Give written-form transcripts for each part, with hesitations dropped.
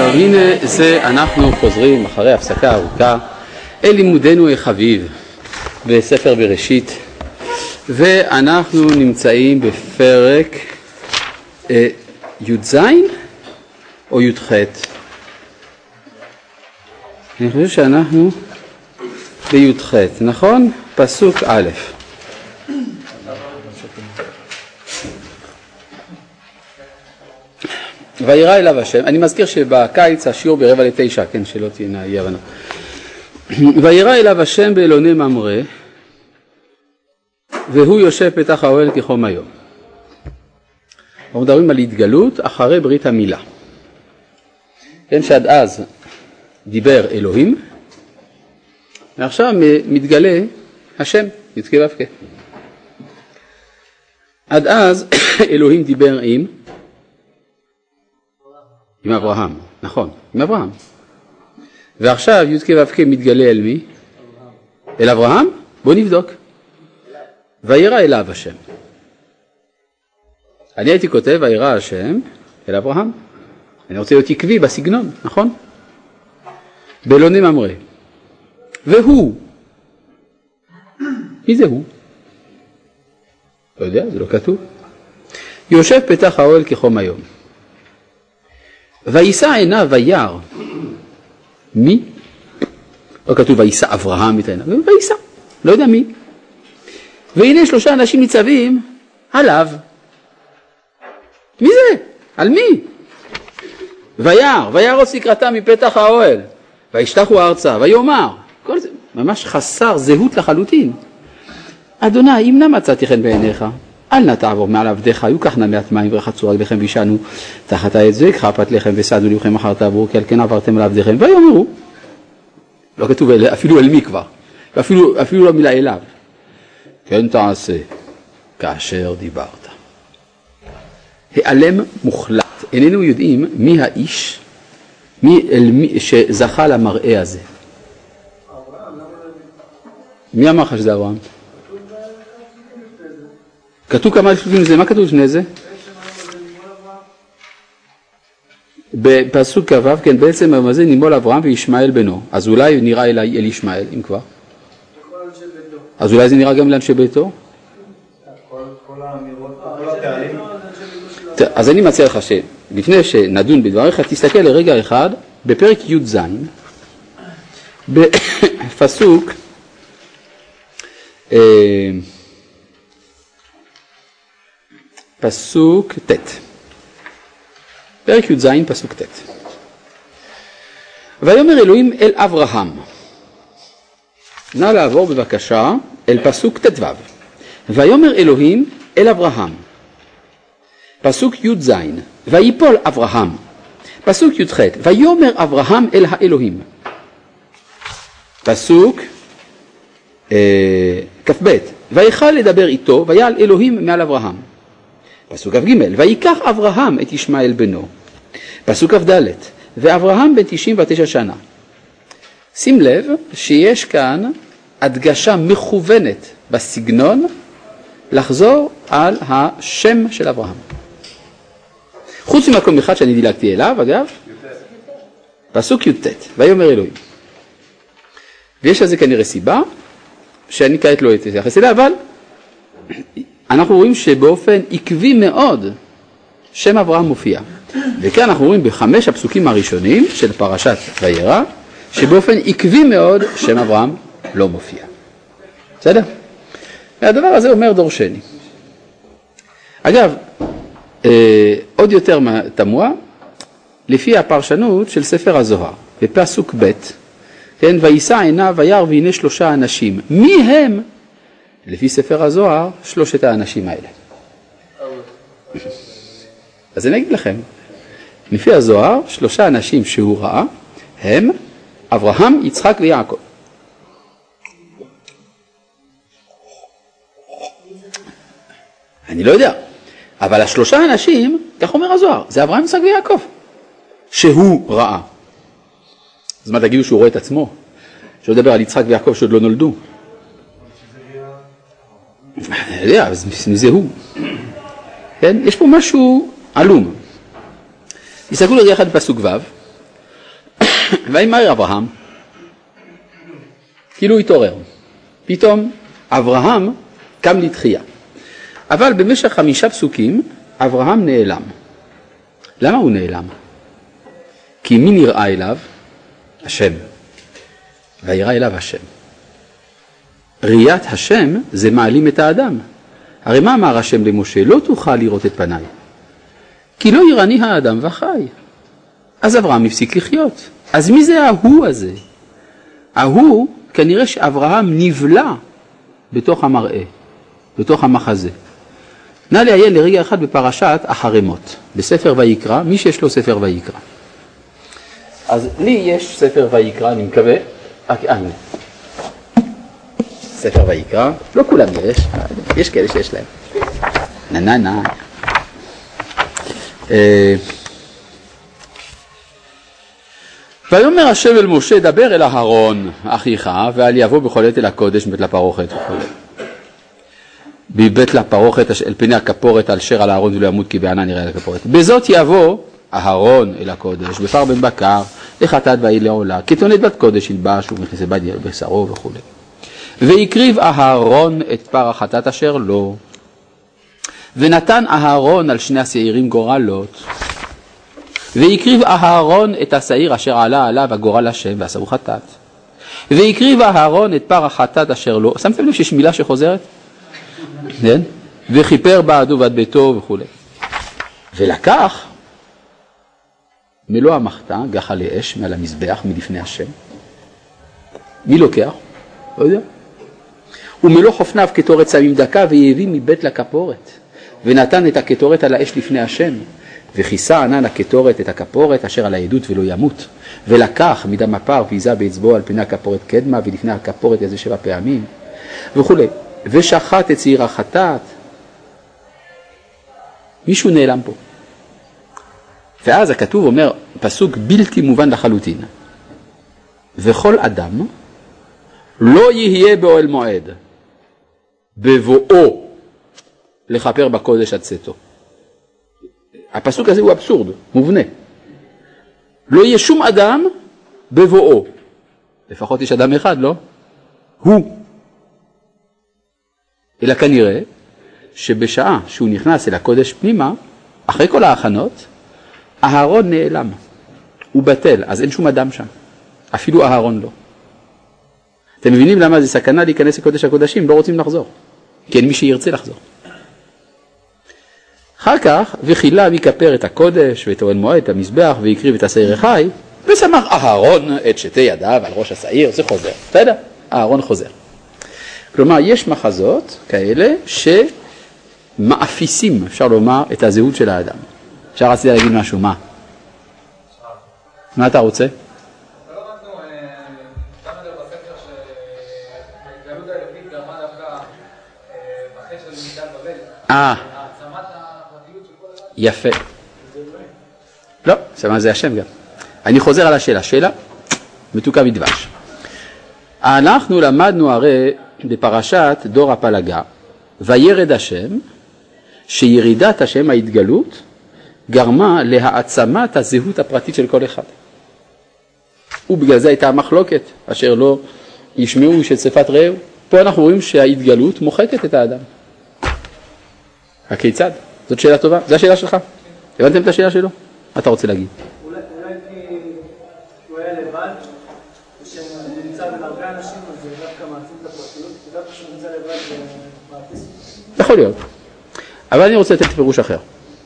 טוב, הנה זה אנחנו חוזרים אחרי הפסקה ארוכה אל לימודנו החביב בספר בראשית, ואנחנו נמצאים בפרק י"ז או י"ח. אני חושב שאנחנו בי"ח, נכון? פסוק א'. וירא אליו השם, אני מזכיר שבקיץ השיעור ב8:45, כן, שלא תהיינה אי הבנה. וירא אליו השם באלוני ממרא, והוא יושב פתח האוהל כחום היום. אנחנו מדברים על התגלות אחרי ברית המילה. כן, שעד אז דיבר אלוהים, ועכשיו מתגלה השם, י"ק ו"ק. עד אז אלוהים דיבר עם אברהם, נכון, עם אברהם. ועכשיו י"ק ו"ק מתגלה אל מי? אל אברהם? בוא נבדוק. וירא אליו השם. אני הייתי כותב וירא השם אל אברהם. אני רוצה להיות עקבי בסגנון, נכון? באלוני ממרא. והוא, מי זה הוא? לא יודע, זה לא כתוב. יושב פתח האוהל כחום היום. וישא עיניו וירא. מי? לא כתוב וישא אברהם את עיניו, וישא, לא יודע מי. והנה 3 אנשים ניצבים עליו. מי זה? על מי? וירא עוש לקראתם מפתח האוהל, וישתחו ארצה, ויאמר. כל זה ממש חסר זהות לחלוטין. אדוני, אם נא מצאתי חן בעיניך, אל נא תעבור מעל עבדיך, היו קח נא מעט מים ורחצו רגליכם וישנו תחת העץ זה, קחה פת לחם וסעדו לבכם אחר תעברו, כי על כן עברתם על עבדיכם. ויאמרו, לא כתוב אפילו אל מי כבר, אפילו לא מילה אליו. כן תעשה כאשר דיברת. העלם מוחלט. איננו יודעים מי האיש, מי שזכה למראה הזה. מי אמר לך שזה אברהם? כתוב כמה לפני זה, מה כתוב לפני זה? בפסוק כ"ו, כן, בעצם המזה נימול אברהם וישמעאל בנו. אז אולי נראה אל ישמעאל, אם כבר. אז אולי זה נראה גם לאנשי ביתו? אז אני מציע לך שלפני שנדון בדבריך, תסתכל לרגע אחד בפרק י"ז, בפסוק פסוק ט'. פרק י"ז פסוק ט'. ויאמר אלוהים אל אברהם. נא לעבור בבקשה אל פסוק ט"ו. ויאמר אלוהים אל אברהם. פסוק י"ז. ויפול אברהם. פסוק י"ח. ויאמר אברהם אל האלוהים. פסוק כ"ב. ויכל לדבר איתו ויעל אלוהים מעל אברהם. פסוק כ"ג. ויקח אברהם את ישמעאל בנו. פסוק כ"ד. ואברהם בן 99 שנה. שים לב שיש כאן הדגשה מכוונת בסגנון לחזור על השם של אברהם. חוץ ממקום אחד שאני דילגתי אליו, אגב, פסוק י"ט. ויאמר אלוהים. ויש לזה כנראה סיבה שאני כעת לא אתייחס אליה, אבל אנחנו רואים שבאופן עקבי מאוד שם אברהם מופיע. וכאן אנחנו רואים ב5 הפסוקים הראשונים של פרשת וירא, שבאופן עקבי מאוד שם אברהם לא מופיע. בסדר? והדבר הזה אומר דורשני. אגב, עוד יותר תמוה, לפי הפרשנות של ספר הזוהר, בפסוק ב', כן, וישא עיניו וירא והנה 3 אנשים. מי הם? לפי ספר הזוהר, 3 האנשים האלה. אז אני אגיד לכם, לפי הזוהר, 3 אנשים שהוא ראה, הם אברהם, יצחק ויעקב. אני לא יודע, אבל 3 אנשים, כך אומר הזוהר, זה אברהם, יצחק ויעקב, שהוא ראה. אז מה תגידו שהוא רואה את עצמו? שהוא מדבר על יצחק ויעקב שעוד לא נולדו. אני יודע, אז מזה הוא. כן? יש פה משהו עלום. תסתכלו לרגע אחד בפסוק ו', ויאמר אברהם, כאילו התעורר. פתאום אברהם קם לתחייה. אבל במשך 5 פסוקים אברהם נעלם. למה הוא נעלם? כי מי נראה אליו? השם. וירא אליו השם. ראיית השם זה מעלים את האדם. הרי מה אמר השם למשה? לא תוכל לראות את פניי, כי לא יראני האדם וחי. אז אברהם הפסיק לחיות. אז מי זה ההוא הזה? ההוא, כנראה שאברהם נבלע בתוך המראה, בתוך המחזה. נא לעיין לרגע אחד בפרשת החרמות, בספר ויקרא, מי שיש לו ספר ויקרא. אז לי יש ספר ויקרא, אני מקווה. הנה. ספר ויקרא, לא כולם יש כאלה שיש להם. נה. ויאמר השם אל משה, דבר אל אהרון אחיך, ואל יבוא בכל עת אל הקודש מבית לפרוכת וכו'. מבית לפרוכת אל פני הכפורת על שר על אהרון ולא ימות כי בענן יראה אל הכפורת. בזאת יבוא אהרון אל הקודש, בפר בן בקר, לחטאת באי לעולה, כתונת בת קודש ילבש ומכניסי בד בשרו וכו'. ויקריב אהרון את פר החטאת אשר לו, ונתן אהרון על 2 השעירים גורלות, ויקריב אהרון את השעיר אשר עלה עליו הגורל השם ועשהו חטאת, ויקריב אהרון את פר החטאת אשר לו. שמתם לב שיש מילה שחוזרת? כן? וכיפר בעדו ועד ביתו וכו'. ולקח מלוא המחתה גחה לאש מעל המזבח מלפני השם. מי לוקח? לא יודע. ומלוא חופניו כתורת שמים דקה ויביא מבית לכפורת, ונתן את הכתורת על האש לפני השם, וכיסה ענן הכתורת את הכפורת אשר על העדות ולא ימות, ולקח מדם הפר ויזה באצבעו על פני הכפורת קדמה ולפני הכפורת איזה 7 פעמים וכו'. ושחט את שעיר החטאת. מישהו נעלם פה. ואז הכתוב אומר, פסוק בלתי מובן לחלוטין, וכל אדם לא יהיה באוהל מועד בבואו לכפר בקודש עד צאתו. הפסוק הזה הוא אבסורד, מובנה. לא יהיה שום אדם בבואו. לפחות יש אדם אחד, לא? הוא. אלא כנראה שבשעה שהוא נכנס אל הקודש פנימה, אחרי כל ההכנות, אהרון נעלם. הוא בטל, אז אין שום אדם שם. אפילו אהרון לא. אתם מבינים למה זה סכנה להיכנס לקודש הקודשים? לא רוצים לחזור. כי אין מי שירצה לחזור. אחר כך, וחילה מכפר את הקודש ואת אוהל מועד, את המזבח, ויקריב את השעיר החי, ושמח אהרון את שתי ידיו על ראש השעיר, זה חוזר. אתה יודע, אהרון חוזר. כלומר, יש מחזות כאלה שמאפיסים, אפשר לומר, את הזהות של האדם. אפשר רציתי להגיד משהו, מה? מה אתה רוצה? יפה. לא, זה השם גם. אני חוזר על השאלה. שאלה מתוקה מדבש. אנחנו למדנו הרי בפרשת דור הפלגה, וירד השם, שירידת השם, ההתגלות, גרמה להעצמת הזהות הפרטית של כל אחד. ובגלל זה הייתה המחלוקת, אשר לא ישמעו של שפת רעהו. פה אנחנו רואים שההתגלות מוחקת את האדם. הכיצד? זאת שאלה טובה. זו השאלה שלך. הבנתם את השאלה שלו? מה אתה רוצה להגיד? אולי כי הוא היה לבד, ושהוא נמצא בין הרבה אנשים, אז זה דווקא מעצים את הפרטיות, ודווקא שהוא נמצא לבד ומעטיס. יכול להיות. אבל אני רוצה לתת פירוש אחר.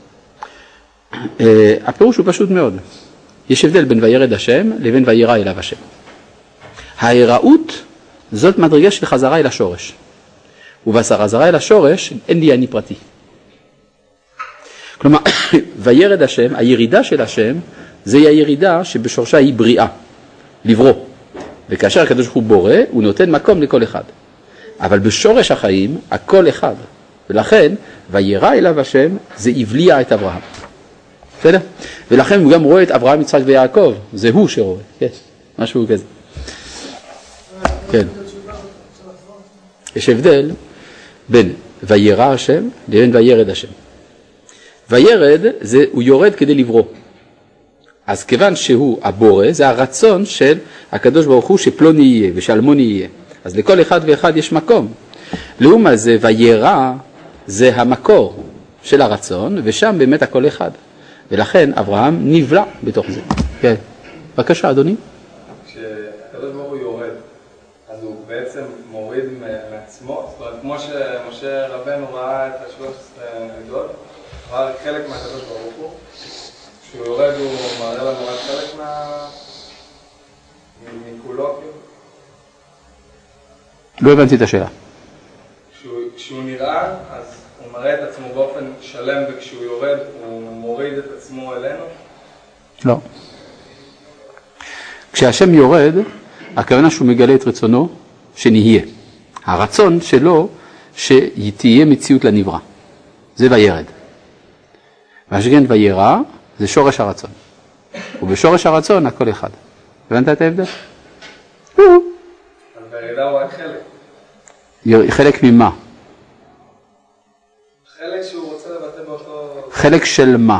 הפירוש הוא פשוט מאוד. יש הבדל בין וירד השם לבין וירא אליו השם. ההיראות זאת מדרגה של חזרה אל השורש. ובחזרה אל השורש אין לי אני פרטי. כלומר, וירד השם, הירידה של השם, זה הירידה שבשורשה היא בריאה, לברוא. וכאשר הקדוש הוא בורא, הוא נותן מקום לכל אחד. אבל בשורש החיים, הכל אחד. ולכן, וירא אליו השם, זה הבליע את אברהם. בסדר? ולכן הוא גם רואה את אברהם, יצחק ויעקב. זה הוא שרואה. כן, משהו כזה. כן. יש הבדל בין וירא השם לבין וירד השם. וירד, הוא יורד כדי לברוא. אז כיוון שהוא הבורא, זה הרצון של הקדוש ברוך הוא שפלוני יהיה ושאלמוני יהיה. אז לכל אחד ואחד יש מקום. לעומת זה, וירא זה המקור של הרצון, ושם באמת הכל אחד. ולכן אברהם נבלע בתוך זה. כן. בבקשה, אדוני. כשהקדוש ברוך הוא יורד, אז הוא בעצם מוריד מעצמו, זאת אומרת, כמו שמשה רבנו ראה את ה-13 מידות, ראה חלק מהקדוש ברוך הוא, כשהוא יורד הוא מראה לנו רק חלק מכולו. לא הבנתי את השאלה. כשהוא נראה, אז הוא מראה את עצמו באופן שלם, וכשהוא יורד הוא מוריד את עצמו אלינו? לא. כשהשם יורד, הכוונה שהוא מגלה את רצונו שנהיה. הרצון שלו שתהיה מציאות לנברא. זה וירד. והשגן וירא זה שורש הרצון. ובשורש הרצון הכל אחד. הבנת את ההבדל? אז בירידה הוא רק חלק. חלק ממה? חלק שהוא רוצה לבטא באותו... חלק של מה?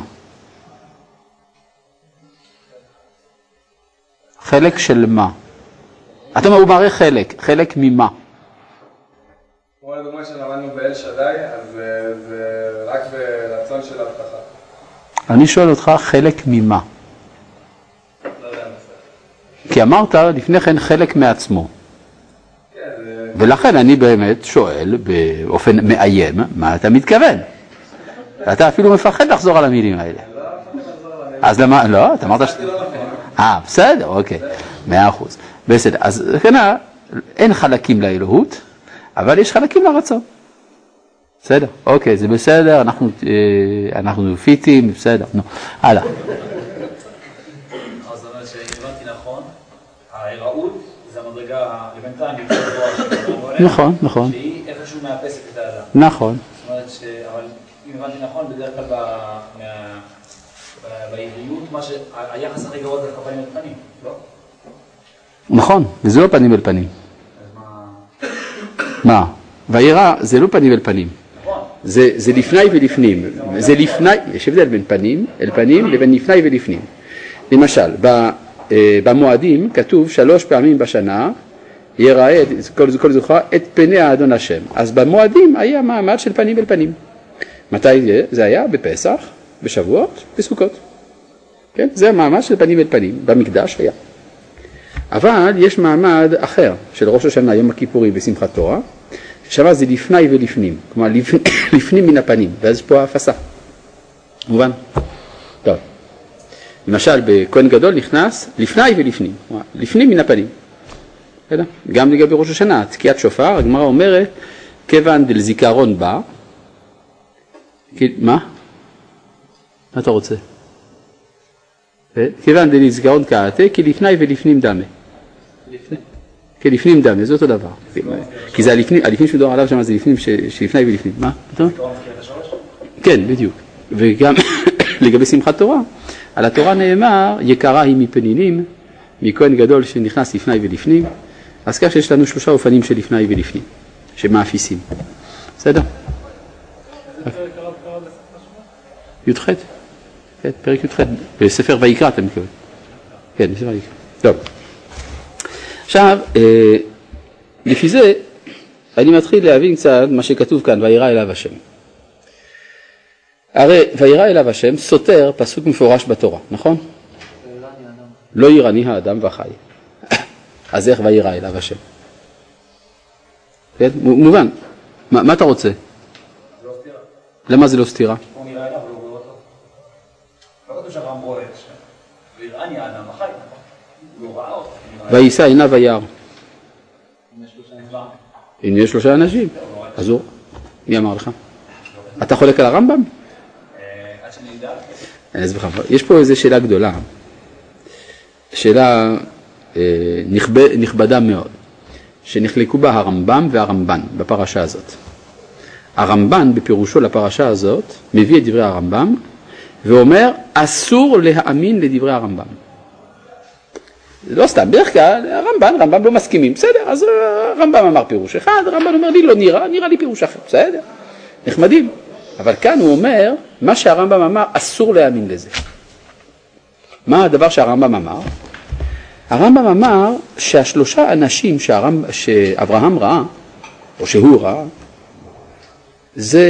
חלק של מה? אתה אומר, הוא מראה חלק ממה? כמו לדוגמה שלמדנו באל שדי, אז זה רק ברצון של הבטחה. אני שואל אותך חלק ממה? לא יודע מה. כי אמרת לפני כן חלק מעצמו. כן, ולכן אני באמת שואל באופן מאיים, מה אתה מתכוון? אתה אפילו מפחד לחזור על המילים האלה. לא מפחד לחזור על המילים. אז למה? לא, אתה אמרת לא נכון. בסדר, אוקיי. 100%. בסדר. אז כנה, אין חלקים לאלוהות, אבל יש חלקים לרצון. בסדר, אוקיי, זה בסדר, אנחנו פיטים, בסדר, נו, הלאה. אז זאת אומרת שהבנתי נכון, ההיראות זה המדרגה האלמנטלית נכון, נכון. שהיא איפשהו מאפסת את האדם. נכון. זאת אומרת אבל אם הבנתי נכון, בדרך כלל בעבריות, היחס הכי גרוע זה פנים אל פנים, לא? נכון, וזה לא פנים אל פנים. אז מה? וירא זה לא פנים אל פנים. זה לפני ולפנים. זה לפני, יש הבדל בין פנים אל פנים לבין לפני ולפנים. למשל, במועדים כתוב 3 פעמים בשנה, יראה כל זוכר את פני האדון השם. אז במועדים היה מעמד של פנים אל פנים. מתי זה היה? בפסח, בשבועות, בסוכות. כן? זה המעמד של פנים אל פנים, במקדש היה. אבל יש מעמד אחר של ראש השנה, יום הכיפורים ושמחת תורה, ששם זה לפני ולפנים, כלומר לפנים מן הפנים, ואז יש פה ההפסה. מובן? טוב. למשל, בכהן גדול נכנס לפני ולפנים, לפנים מן הפנים. גם לגבי ראש השנה, תקיעת שופר, הגמרא אומרת, כיוון דל זיכרון בא, מה? מה אתה רוצה? כיוון דל זיכרון קעתה, כי לפני ולפנים דמה. כי לפנים דמה, זה אותו דבר. כי זה הלפנים שמדובר עליו שם, זה לפנים שלפני ולפנים. מה? כן, בדיוק. וגם לגבי שמחת תורה, על התורה נאמר, יקרה היא מפנינים, מכהן גדול שנכנס לפני ולפנים, אז כך שיש לנו 3 אופנים של לפני ולפנים, שמאפיסים. בסדר? י"ח. כן, פרק י"ח. בספר ויקרא אתה מתכוון. כן, בספר ויקרא. טוב. עכשיו, לפי זה, אני מתחיל להבין קצת מה שכתוב כאן, וירא אליו השם. הרי וירא אליו השם סותר פסוק מפורש בתורה, נכון? לא יראני האדם וחי. אז איך וירא אליו השם? כן, מובן. מה אתה רוצה? זה לא סתירה. למה זה לא סתירה? הוא נראה אליו ולא רואה אותו. לא כתוב שהרם רואה את השם. ויראני האדם וחי, נכון? הוא ראה אותו. ויישא עיניו וירא. אם יש 3 אנשים. אז הוא, מי אמר לך? אתה חולק על הרמב"ם? עד שאני ידע. אני אסביר לך, יש פה איזו שאלה גדולה, שאלה נכבדה מאוד, שנחלקו בה הרמב"ם והרמב"ן בפרשה הזאת. הרמב"ן בפירושו לפרשה הזאת מביא את דברי הרמב"ם ואומר אסור להאמין לדברי הרמב"ם. זה לא סתם, בדרך כלל רמב"ם לא מסכימים, בסדר, אז הרמב"ם אמר פירוש אחד, הרמב"ן אומר לי לא נראה לי פירוש אחר, בסדר, נחמדים. אבל כאן הוא אומר, מה שהרמב"ם אמר, אסור להאמין לזה. מה הדבר שהרמב"ם אמר? הרמב"ם אמר שהשלושה אנשים שאברהם ראה, או שהוא ראה, זה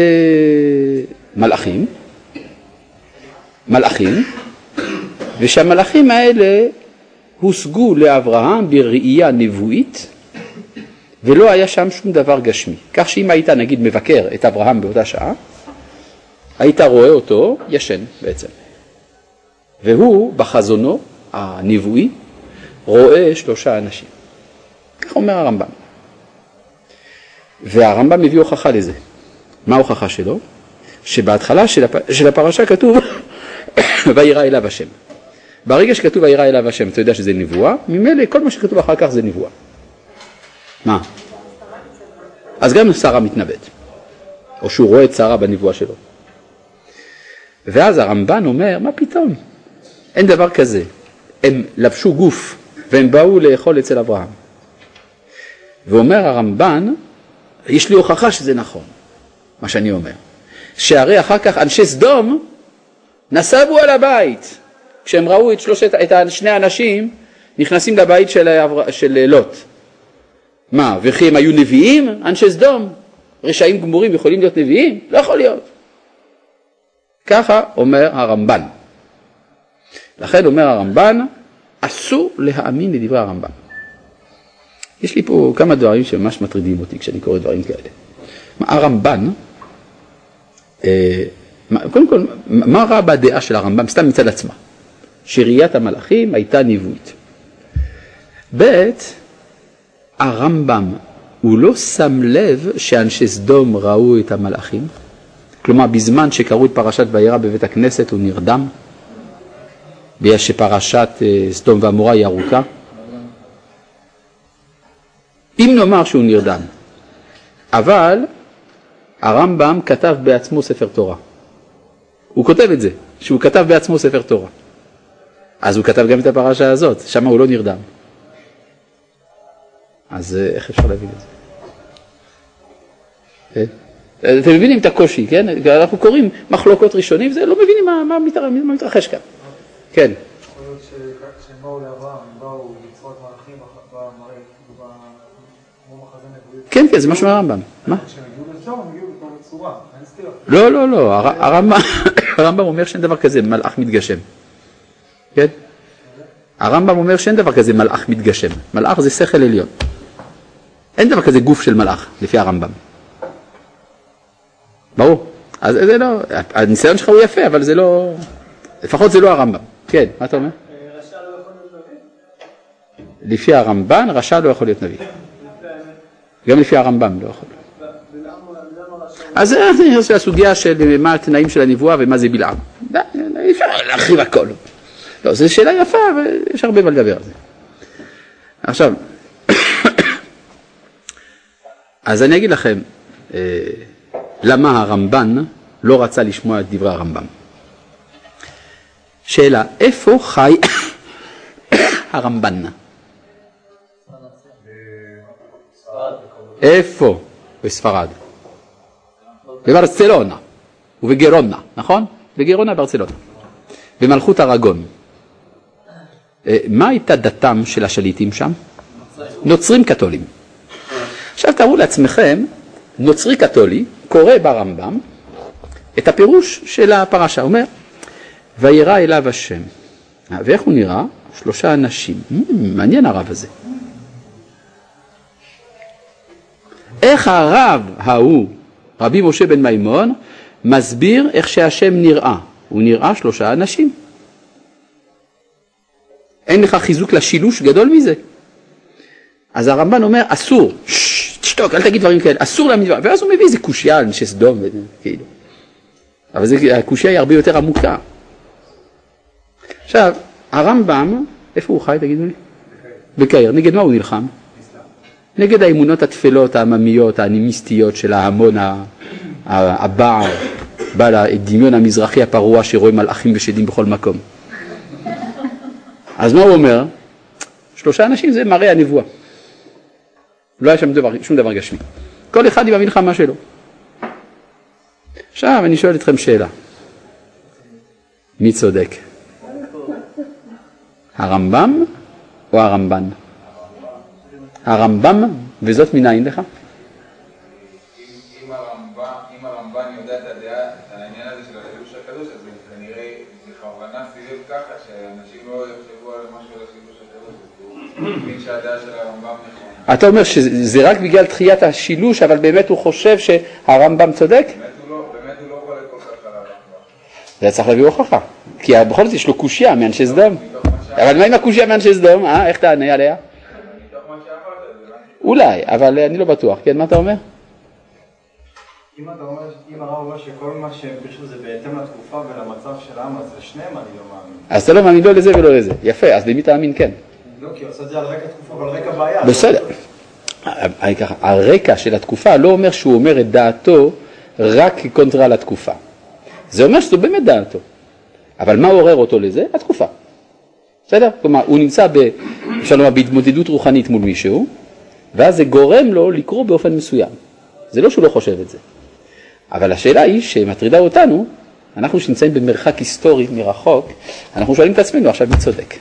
מלאכים, ושהמלאכים האלה הושגו לאברהם בראייה נבואית, ולא היה שם שום דבר גשמי. כך שאם היית נגיד מבקר את אברהם באותה שעה, היית רואה אותו ישן בעצם. והוא בחזונו הנבואי רואה שלושה אנשים. כך אומר הרמב"ם. והרמב"ם מביא הוכחה לזה. מה ההוכחה שלו? שבהתחלה של הפרשה כתוב וירא אליו השם. ברגע שכתוב וירא אליו השם, אתה יודע שזה נבואה, ממילא כל מה שכתוב אחר כך זה נבואה. מה? אז גם שרה מתנבאת, או שהוא רואה את שרה בנבואה שלו. ואז הרמב"ן אומר, מה פתאום? אין דבר כזה. הם לבשו גוף והם באו לאכול אצל אברהם. ואומר הרמב"ן, יש לי הוכחה שזה נכון, מה שאני אומר. שהרי אחר כך אנשי סדום נסבו על הבית. כשהם ראו את שני אנשים נכנסים לבית של לוט. מה, וכי הם היו נביאים? אנשי סדום, רשעים גמורים יכולים להיות נביאים? לא יכול להיות. ככה אומר הרמב"ן. לכן אומר הרמב"ן, אסור להאמין לדברי הרמב"ן. יש לי פה כמה דברים שממש מטרידים אותי כשאני קורא דברים כאלה. הרמב"ן, קודם כל, מה רע בדעה של הרמב"ם? סתם מצד עצמה. שראיית המלאכים הייתה נבואית. ב' הרמב"ם, הוא לא שם לב שאנשי סדום ראו את המלאכים. כלומר, בזמן שקראו את פרשת וירא בבית הכנסת הוא נרדם. בגלל שפרשת סדום ועמורה היא ארוכה. אם נאמר שהוא נרדם, אבל הרמב"ם כתב בעצמו ספר תורה. הוא כותב את זה, שהוא כתב בעצמו ספר תורה. אז הוא כתב גם את הפרשה הזאת, שם הוא לא נרדם. אז איך אפשר להבין את זה? אתם מבינים את הקושי, כן? אנחנו קוראים מחלוקות ראשונים, זה לא מבינים מה מתרחש כאן. כן. יכול להיות שהם באו לאברהם, הם באו בצורת מלאכים כמו מחזה נבואי. כן, כן, זה משהו מהרמב"ם. מה? כשהם הגיעו לשם, הם הגיעו בכל צורה, אין סתירה. לא, הרמב"ם אומר שאין דבר כזה מלאך מתגשם. כן? הרמב"ם אומר שאין דבר כזה מלאך מתגשם. מלאך זה שכל עליון. אין דבר כזה גוף של מלאך, לפי הרמב"ם. ברור. אז זה לא, הניסיון שלך הוא יפה, אבל זה לא, לפחות זה לא הרמב"ם. כן, מה אתה אומר? רשע לא יכול להיות נביא? לפי הרמב"ן, רשע לא יכול להיות נביא. גם לפי הרמב"ם לא יכול. אז זה הסוגיה של מה התנאים של הנבואה ומה זה בלעם. אפשר להרחיב הכל. לא, זו שאלה יפה, ויש הרבה מה לדבר על זה. עכשיו, אז אני אגיד לכם, למה הרמב"ן לא רצה לשמוע את דברי הרמב"ם. שאלה, איפה חי הרמב"ן? איפה? בספרד. בברצלונה ובגרונה, נכון? בגרונה ברצלונה. במלכות ארגון. מה הייתה דתם של השליטים שם? נוצרים קתולים. עכשיו תראו לעצמכם, נוצרי קתולי קורא ברמב"ם את הפירוש של הפרשה. הוא אומר, וירא אליו השם. ואיך הוא נראה? 3 אנשים. מעניין הרב הזה. איך הרב ההוא, רבי משה בן מימון, מסביר איך שהשם נראה. הוא נראה 3 אנשים. אין לך חיזוק לשילוש גדול מזה. אז הרמב"ן אומר, אסור, תשתוק, אל תגיד דברים כאלה, אסור להאמין דברים. ואז הוא מביא איזה קושיה על אנשי סדום, כאילו. אבל הקושיה היא הרבה יותר עמוקה. עכשיו, הרמב"ם, איפה הוא חי, תגידו לי? בקהיר. נגד מה הוא נלחם? נגד האמונות התפלות, העממיות, האנימיסטיות של ההמון הבער, בעל הדמיון המזרחי הפרוע שרואה מלאכים ושדים בכל מקום. אז מה הוא אומר? 3 אנשים זה מראה הנבואה. לא היה שם שום דבר גשמי. כל אחד עם המלחמה שלו. עכשיו אני שואל אתכם שאלה. מי צודק? הרמב"ם או הרמב"ן? הרמב"ם, וזאת מנין לך? אם הרמב"ן יודע את הדעה, את העניין הזה של החידוש הקדוש, אז כנראה בכוונה סיבב ככה, שאנשים לא יחשבו על משהו על החידוש הקדוש, הוא מבין שהדעה של הרמב"ם נכונה. אתה אומר שזה רק בגלל דחיית השילוש, אבל באמת הוא חושב שהרמב"ם צודק? באמת הוא לא חולק כל כך על הרמב"ם. זה צריך להביא הוכחה, כי בכל זאת יש לו קושיה מאנשי סדום. אבל מה עם הקושיה מאנשי סדום? איך תענה עליה? אולי, אבל אני לא בטוח. כן, מה אתה אומר? אם הרב אומר שכל מה שהם פירשו זה בהתאם לתקופה ולמצב של העם, אז לשניהם אני לא מאמין. אז אתה לא מאמין לא לזה ולא לזה. יפה, אז למי תאמין כן? לא, כי הוא עושה את זה על רקע תקופה ועל רקע בעיה. בסדר. הרקע של התקופה לא אומר שהוא אומר את דעתו רק קונטרה לתקופה. זה אומר שזו באמת דעתו. אבל מה עורר אותו לזה? התקופה. בסדר? כלומר, הוא נמצא אפשר לומר, בהתמודדות רוחנית מול מישהו, ואז זה גורם לו לקרוא באופן מסוים. זה לא שהוא לא חושב את זה. אבל השאלה היא שמטרידה אותנו, אנחנו שנמצאים במרחק היסטורי מרחוק, אנחנו שואלים את עצמנו עכשיו מי צודק.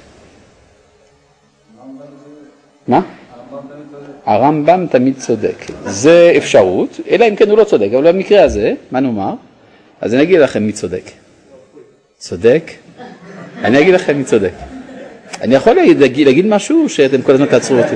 מה? הרמב"ם תמיד צודק. זה אפשרות, אלא אם כן הוא לא צודק, אבל במקרה הזה, מה נאמר? אז אני אגיד לכם מי צודק. צודק? אני אגיד לכם מי צודק. אני יכול להגיד משהו שאתם כל הזמן תעצרו אותי.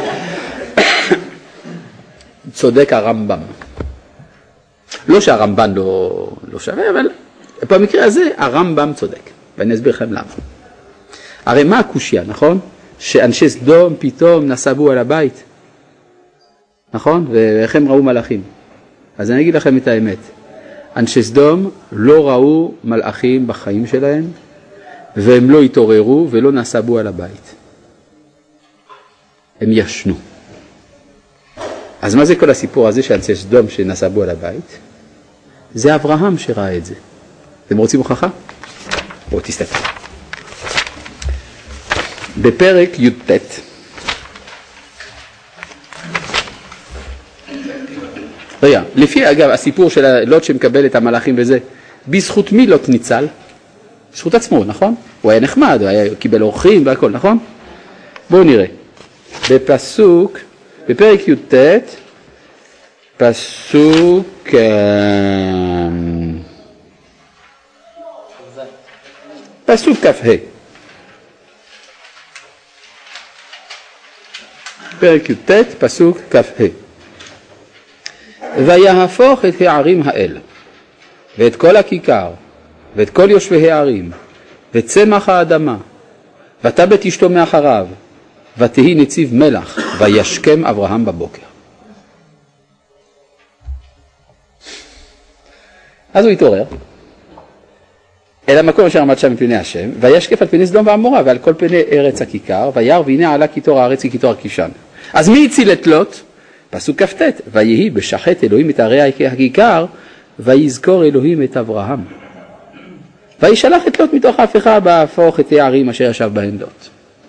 צודק הרמב"ם. לא שהרמב"ן לא שווה, אבל במקרה הזה הרמב"ם צודק. ואני אסביר לכם למה. הרי מה הקושיה, נכון? שאנשי סדום פתאום נסבו על הבית. נכון? ואיך הם ראו מלאכים. אז אני אגיד לכם את האמת. אנשי סדום לא ראו מלאכים בחיים שלהם, והם לא התעוררו ולא נסבו על הבית. הם ישנו. אז מה זה כל הסיפור הזה שאנשי סדום שנסבו על הבית? זה אברהם שראה את זה. אתם רוצים הוכחה? בואו תסתכל. בפרק י"ט, רגע, לפי אגב הסיפור של לוט שמקבל את המלאכים וזה, בזכות מי לוט ניצל? בזכות עצמו, נכון? הוא היה נחמד, הוא קיבל אורחים והכל, נכון? בואו נראה. בפרק י"ט, פסוק כ"ה. פרק י"ט, פסוק כ"ה. ויהפוך את הערים האל, ואת כל הכיכר, ואת כל יושבי הערים, וצמח האדמה, ותבט אשתו מאחריו, ותהי נציב מלח, וישכם אברהם בבוקר. אז הוא התעורר, אל המקום אשר עמד שם מפני השם, וישקף על פני סדום ועמורה, ועל כל פני ארץ הכיכר, וירא והנה עלה קיטור הארץ כקיטור הקישן. אז מי הציל את לוט? פסוק כ"ט, ויהי בשחט אלוהים את ערי הכיכר, ויזכור אלוהים את אברהם. וישלח את לוט מתוך ההפכה בהפוך את הערים אשר ישב בהן לוט.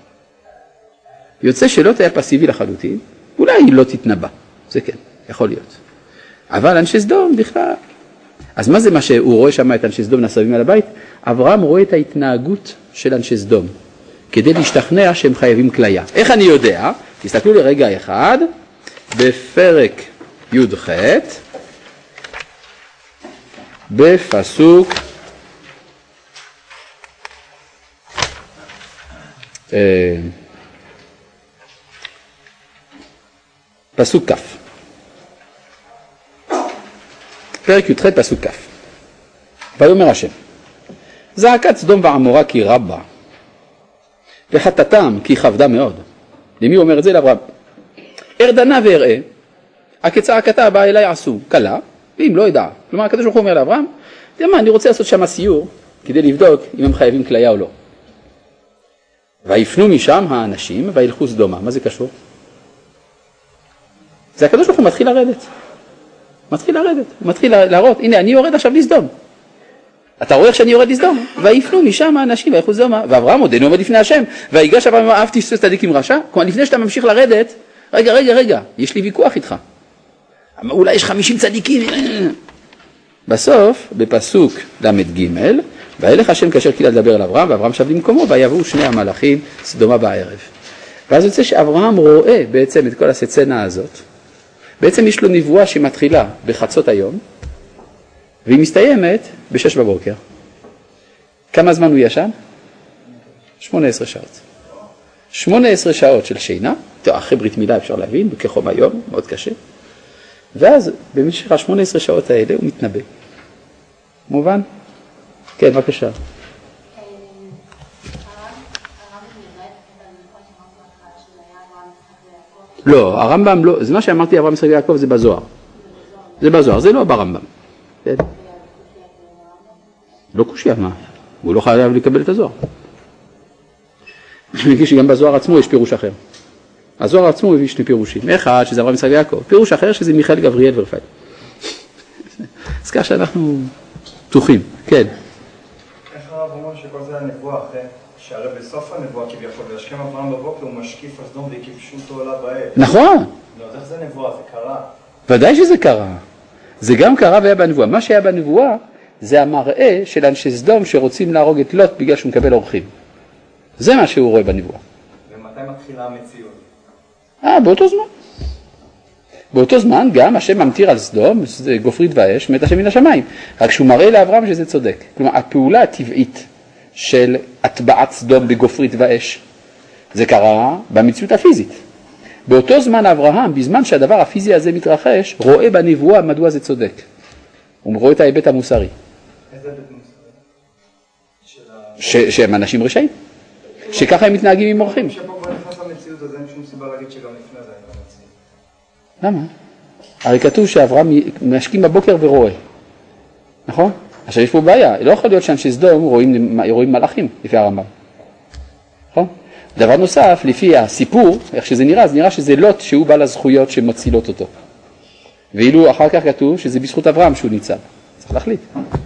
יוצא שלוט היה פסיבי לחלוטין, אולי לא תתנבא, זה כן, יכול להיות. אבל אנשי סדום בכלל. אז מה זה מה שהוא רואה שם את אנשי סדום נסבים על הבית? אברהם רואה את ההתנהגות של אנשי סדום, כדי להשתכנע שהם חייבים כליה. איך אני יודע? תסתכלו לרגע אחד, בפרק י"ח, בפסוק פסוק כ'. פרק י"ח פסוק כ'. ויאמר השם, זעקת סדום ועמורה כי רבה, וחטאתם כי כבדה מאוד. למי אומר את זה? לאברהם. ארדנה ואראה, הכצעקתה הבאה אליי עשו, קלה, ואם לא ידע. כלומר, הקדוש ברוך הוא אומר לאברהם, מה, אני רוצה לעשות שם סיור, כדי לבדוק אם הם חייבים כליה או לא. ויפנו משם האנשים, וילכו סדומה. מה זה קשור? זה הקדוש ברוך הוא מתחיל לרדת. הוא מתחיל להראות, הנה, אני יורד עכשיו לסדום. אתה רואה איך שאני יורד לסדום? ויפנו משם האנשים, וילכו סדומה. ואברהם עודנו עומד לפני השם, ויגש אברהם אף תשתו צדיק עם רשע. כלומר, לפני שאתה ממשיך לרדת, רגע, יש לי ויכוח איתך. אולי יש 50 צדיקים. בסוף, בפסוק למד ג', וילך השם כאשר קילה לדבר אל אברהם, ואברהם שב למקומו, ויבואו שני המלאכים סדומה בערב. ואז יוצא שאברהם רואה בעצם את כל הסצנה הזאת. בעצם יש לו נבואה שמתחילה בחצות היום, והיא מסתיימת ב6 בבוקר. כמה זמן הוא ישן? 18 שעות. 18 שעות של שינה, אחרי ברית מילה אפשר להבין, בכחום היום, מאוד קשה. ואז במשך ה18 שעות האלה הוא מתנבא. מובן? כן, בבקשה. לא, הרמב"ם לא, זה מה שאמרתי, אברהם יצחק ויעקב זה בזוהר. זה בזוהר, זה לא ברמב"ם. כן? לא קושיה, מה? הוא לא חייב לקבל את הזוהר. אני מגיש שגם בזוהר עצמו יש פירוש אחר. הזוהר עצמו הביא שני פירושים. אחד שזה אברהם יצחק ויעקב, פירוש אחר שזה מיכאל גבריאל ורפאל. אז כך שאנחנו פתוחים, כן. איך הרב אומר שכל זה הנבואה אחרי, שהרי בסוף הנבואה כביכול, וישכם אברהם בבוקר הוא משקיף על סדום והקיפשו אותו עולה בעת. נכון. לא, איך זה נבואה? זה קרה. ודאי שזה קרה. זה גם קרה והיה בנבואה. מה שהיה בנבואה זה המראה של אנשי סדום שרוצים להרוג את לוט בגלל שהוא מקבל אורחים. זה מה שהוא רואה בנבואה. ומתי מתחילה המציאות? באותו זמן. באותו זמן גם השם ממטיר על סדום, גופרית ואש, מת השם מן השמיים. רק שהוא מראה לאברהם שזה צודק. כלומר, הפעולה הטבעית של הטבעת סדום בגופרית ואש, זה קרה במציאות הפיזית. באותו זמן אברהם, בזמן שהדבר הפיזי הזה מתרחש, רואה בנבואה מדוע זה צודק. הוא רואה את ההיבט המוסרי. איזה היבט מוסרי? שהם אנשים רשעים. שככה הם מתנהגים עם אורחים. שפה כבר נכנס למציאות, אז אין שום סיבה להגיד שגם לפני זה אין למציאות. למה? הרי כתוב שאברהם משכים בבוקר ורואה. נכון? עכשיו יש פה בעיה. לא יכול להיות שאנשי סדום רואים מלאכים לפי הרמב"ם. נכון? דבר נוסף, לפי הסיפור, איך שזה נראה, אז נראה שזה לוט שהוא בא לזכויות שמצילות אותו. ואילו אחר כך כתוב שזה בזכות אברהם שהוא ניצל. צריך להחליט.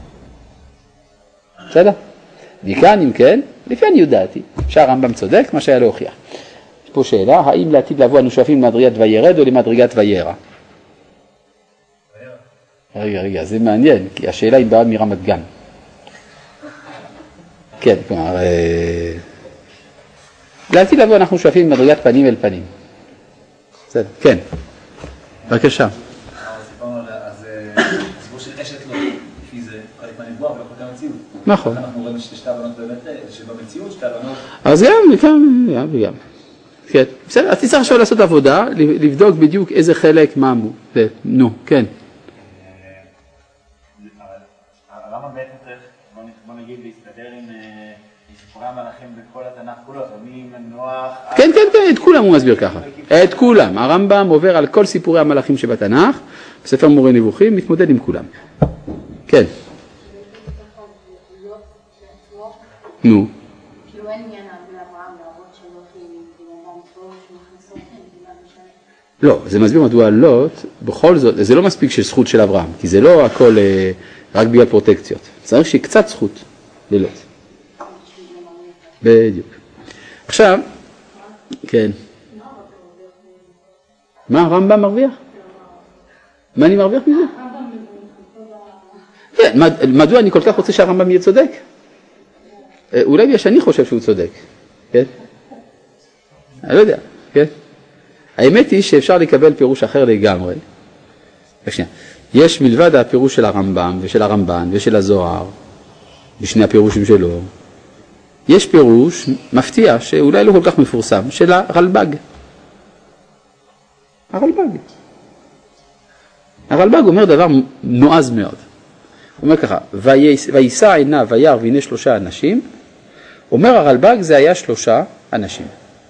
בסדר? מכאן, אם כן, לפי אני יודעתי, שהרמב"ם צודק, מה שהיה להוכיח. יש פה שאלה, האם לעתיד לבוא אנו שואפים למדרגת וירד או למדרגת וירא? רגע, זה מעניין, כי השאלה היא באה מרמת גן. כן, כלומר, לעתיד לבוא אנחנו שואפים למדרגת פנים אל פנים. בסדר, כן. בבקשה. אז סיפור של אשת לא, לפי זה חלק מהנבואה ולא חלק מהמציאות. נכון. אנחנו רואים ששתי הבנות באמת, שבמציאות שתי הבנות... אז גם. כן, בסדר, אז תצטרך עכשיו לעשות עבודה, לבדוק בדיוק איזה חלק, מה אמרו. נו, כן. הרמב"ם בעצם צריך, בוא נגיד, להסתדר עם סיפורי המלאכים בכל התנ"ך כולו, ממנוח... כן, את כולם הוא מסביר ככה. את כולם. הרמב"ם עובר על כל סיפורי המלאכים שבתנ"ך, בספר מורה נבוכים, מתמודד עם כולם. כן. נו. כאילו אין עניין לאברהם להראות שלא כאילו בן טוב שמכניס אורחים, לא, זה מסביר מדוע לוט, בכל זאת, זה לא מספיק של זכות של אברהם, כי זה לא הכל רק בגלל פרוטקציות. צריך שיהיה קצת זכות ללוט. בדיוק. עכשיו, כן. מה הרמב"ם מרוויח? מה אני מרוויח מזה? כן, מדוע אני כל כך רוצה שהרמב"ם יהיה צודק? אולי בגלל שאני חושב שהוא צודק, כן? אני לא יודע, כן? האמת היא שאפשר לקבל פירוש אחר לגמרי. יש מלבד הפירוש של הרמב"ם ושל הרמב"ן ושל הזוהר, בשני הפירושים שלו, יש פירוש מפתיע שאולי לא כל כך מפורסם, של הרלב"ג. הרלב"ג אומר דבר נועז מאוד. הוא אומר ככה, וישא עיניו וירא והנה 3 אנשים, אומר הרלב"ג זה היה 3 אנשים.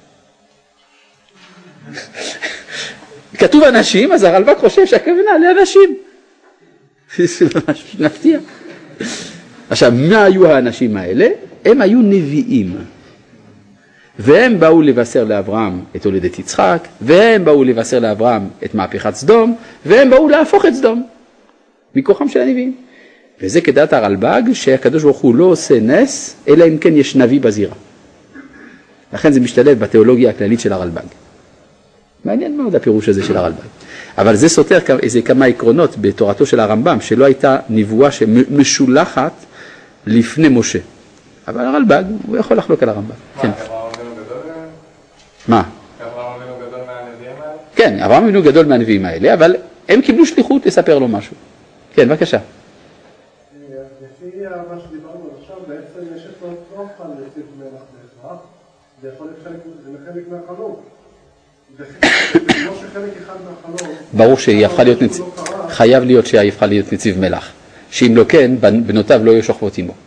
כתוב אנשים, אז הרלב"ג חושב שהכוונה לאנשים. זה ממש מפתיע. עכשיו, מה היו האנשים האלה? הם היו נביאים. והם באו לבשר לאברהם את הולדת יצחק, והם באו לבשר לאברהם את מהפכת סדום, והם באו להפוך את סדום. מכוחם של הנביאים. וזה כדעת הרלב"ג שהקדוש ברוך הוא לא עושה נס, אלא אם כן יש נביא בזירה. לכן זה משתלב בתיאולוגיה הכללית של הרלב"ג. מעניין מאוד הפירוש הזה של הרלב"ג. אבל זה סותר איזה כמה עקרונות בתורתו של הרמב"ם, שלא הייתה נבואה שמשולחת לפני משה. אבל הרלב"ג, הוא יכול לחלוק על הרמב"ם. כן. אברהם אבינו גדול מהם? מה? אברהם אבינו גדול מהנביאים האלה? כן, אברהם אבינו גדול מהנביאים האלה, אבל הם קיבלו שליחות לספר לו משהו. כן, בבקשה. לפי מה שדיברנו עכשיו, בעצם יש את לא חל נציב מלך בהכרח, זה יכול להיות חלק מהחלום. וכמו שחלק אחד מהחלום... ברור חייב להיות שיפכה להיות נציב מלך. שאם לא כן, בנותיו לא יהיו שוכבות עמו.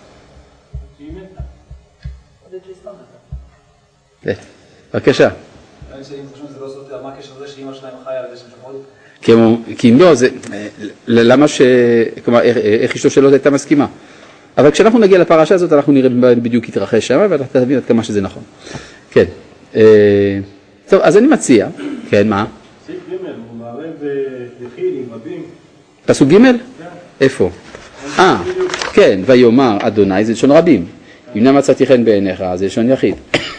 בבקשה. מה הקשר לזה שאמא שלהם חיה על זה שהם שוכבות? כי אם לא, למה כלומר, איך אשתו שלו הייתה מסכימה? אבל כשאנחנו נגיע לפרשה הזאת, אנחנו נראה בדיוק התרחש שם, ואתה תבין עד כמה שזה נכון. כן. טוב, אז אני מציע, כן, מה? סעיף ג' הוא מערב יחיד עם רבים. פסוק ג'? איפה? כן, ויאמר אדוני זה לשון רבים. אם נא מצאתי חן בעיניך, זה לשון יחיד.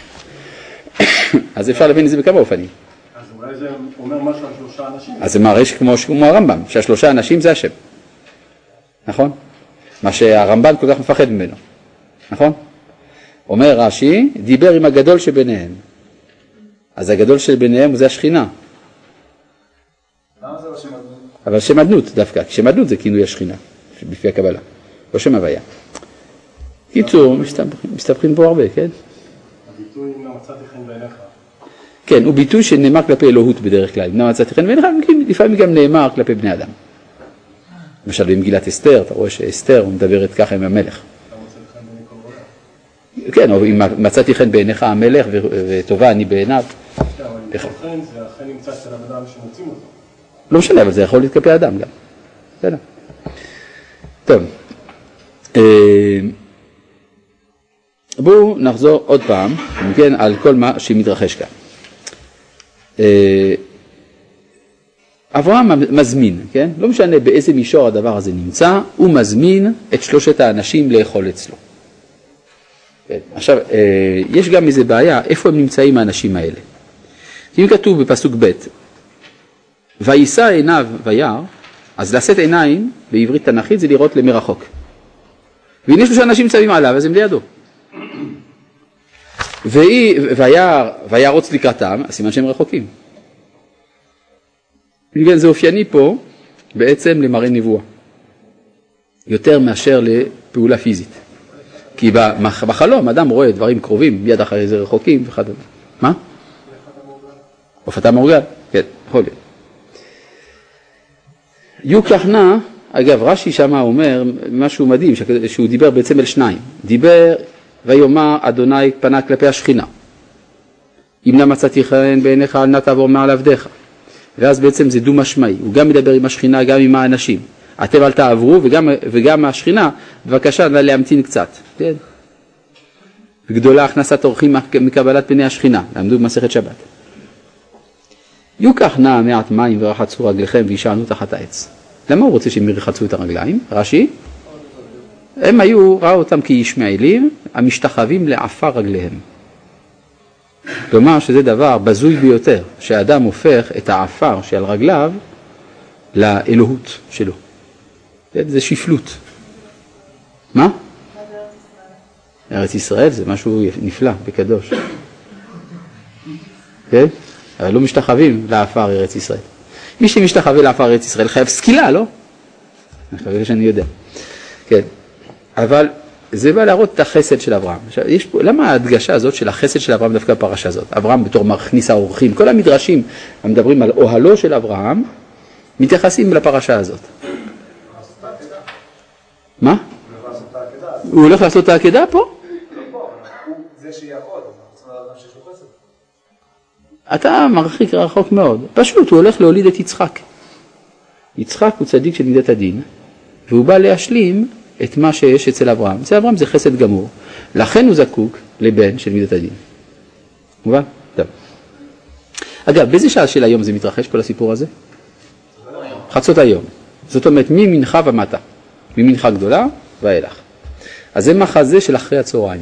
אז אפשר להבין את זה בכמה אופנים. אז אולי זה אומר משהו על 3 אנשים. אז זה מראה כמו הרמב"ם, שה3 אנשים זה השם. נכון? מה שהרמב"ם כל כך מפחד ממנו. נכון? אומר רש"י, דיבר עם הגדול שביניהם. אז הגדול שביניהם זה השכינה. למה זה לא שם אדנות? אבל שם אדנות דווקא, כי שם אדנות זה כינוי השכינה, בפי הקבלה. לא שם הוויה. קיצור, מסתבכים פה הרבה, כן? הביטוי אם לא מצאתי חן בעיניך. כן, הוא ביטוי שנאמר כלפי אלוהות בדרך כלל. אם לא מצאתי חן בעיניך, לפעמים גם נאמר כלפי בני אדם. למשל במגילת אסתר, אתה רואה שאסתר מדברת ככה עם המלך. כן, או אם מצאתי חן בעיניך המלך וטובה אני בעיניו. אבל אם חן זה אכן נמצא אצל האדם שמוצאים אותו. לא משנה, אבל זה יכול להיות כלפי האדם גם. בסדר. טוב. בואו נחזור עוד פעם, כן, על כל מה שמתרחש כאן. אברהם מזמין, כן? לא משנה באיזה מישור הדבר הזה נמצא, הוא מזמין את 3 האנשים לאכול אצלו. כן. עכשיו, יש גם איזה בעיה, איפה הם נמצאים האנשים האלה? אם כתוב בפסוק ב' וישא עיניו וירא, אז לשאת עיניים בעברית תנכית זה לראות למרחוק. והנה 3 אנשים ניצבים עליו, אז הם לידו. וירוץ לקראתם, הסימן שהם רחוקים. זה אופייני פה בעצם למראה נבואה, יותר מאשר לפעולה פיזית. כי בחלום אדם רואה דברים קרובים, מיד אחרי זה רחוקים וכדומה. מה? או פתא מורגל, כן, יכול להיות. יוקח נא, אגב רש"י שמה אומר משהו מדהים, שהוא דיבר בעצם אל 2. דיבר ויאמר אדוני פנה כלפי השכינה. אם נא מצאתי חן בעיניך אל נא תעבור מעל עבדיך. ואז בעצם זה דו משמעי, הוא גם מדבר עם השכינה, גם עם האנשים. אתם אל תעברו, וגם השכינה, בבקשה להמתין קצת. כן? וגדולה הכנסת אורחים מקבלת פני השכינה, למדו במסכת שבת. יוקח נא מעט מים ורחצו רגליכם וישענו תחת העץ. למה הוא רוצה שהם ירחצו את הרגליים? רש"י? הם ראו אותם כישמעאלים, המשתחווים לעפר רגליהם. כלומר שזה דבר בזוי ביותר, שהאדם הופך את העפר שעל רגליו לאלוהות שלו. זה שפלות. מה? ארץ ישראל זה משהו נפלא וקדוש. כן? אבל לא משתחווים לעפר ארץ ישראל. מי שמשתחווה לעפר ארץ ישראל חייב סקילה, לא? אני חושב שאני יודע. כן. אבל זה בא להראות את החסד של אברהם. יש פה, למה ההדגשה הזאת של החסד של אברהם דווקא בפרשה הזאת? אברהם בתור מכניס האורחים, כל המדרשים המדברים על אוהלו של אברהם, מתייחסים לפרשה הזאת. מה? הוא הולך לעשות את העקדה פה? זה שיעבוד, צריכים לדעת מה שיש לו חסד. אתה מרחיק רחוק מאוד. פשוט הוא הולך להוליד את יצחק. יצחק הוא צדיק של מידת הדין, והוא בא להשלים את מה שיש אצל אברהם. אצל אברהם זה חסד גמור, לכן הוא זקוק לבן של מידת הדין. מובן? טוב. אגב, באיזה שעה של היום זה מתרחש כל הסיפור הזה? חצות היום. זאת אומרת, ממנחה ומטה. ממנחה גדולה ואילך. אז זה מחזה של אחרי הצהריים.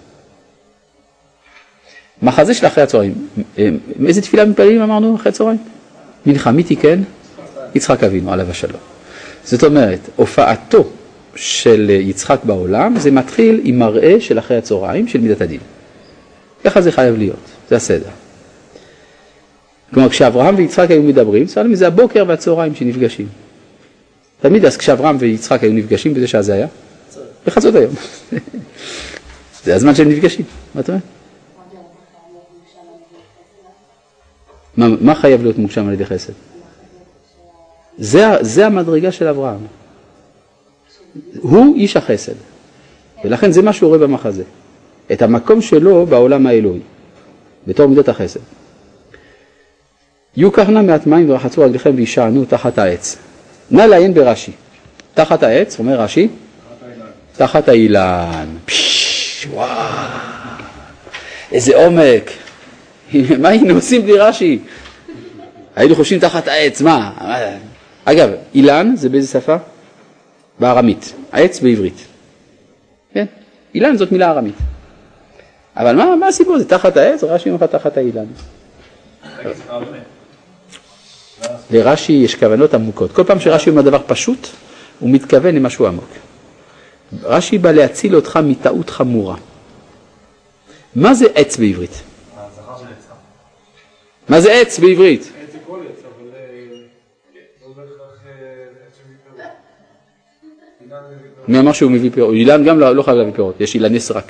מחזה של אחרי הצהריים. איזה תפילה מתפללים אמרנו אחרי הצהריים? מנחה, מי תיקן? יצחק אבינו, עליו השלום. זאת אומרת, הופעתו של יצחק בעולם, זה מתחיל עם מראה של אחרי הצהריים של מידת הדין. ככה זה חייב להיות, זה הסדר. כלומר, כשאברהם ויצחק היו מדברים, זה הבוקר והצהריים שנפגשים. תמיד אז כשאברהם ויצחק היו נפגשים, באיזה שעה זה היה? בחצות היום. זה הזמן שהם נפגשים, מה אתה אומר? מה חייב להיות מוגשם על ידי חסד? זה המדרגה של אברהם. הוא איש החסד. ולכן זה מה שהוא רואה במחזה. את המקום שלו בעולם האלוהי. בתור מידת החסד. יוקחנה מעט מים ורחצו רגליכם וישענו תחת העץ. נא לעיין ברש"י. תחת העץ, אומר רש"י, תחת האילן. וואו. איזה עומק. מה היינו עושים בלי רש"י? היינו חושבים תחת העץ, מה? אגב, אילן זה באיזה שפה? בארמית. העץ בעברית. כן? אילן זאת מילה ארמית. אבל מה הסיפור? זה תחת העץ? רש"י אומר תחת האילן. לרש"י יש כוונות עמוקות. כל פעם שרש"י אומר דבר פשוט, הוא מתכוון למשהו עמוק. רש"י בא להציל אותך מטעות חמורה. מה זה עץ בעברית? מה זה עץ בעברית? עץ זה כל עץ, אבל לא בהכרח עץ שמביא פירות. מי אמר שהוא מביא פירות? אילן גם לא חייב להביא פירות, יש אילני סרק.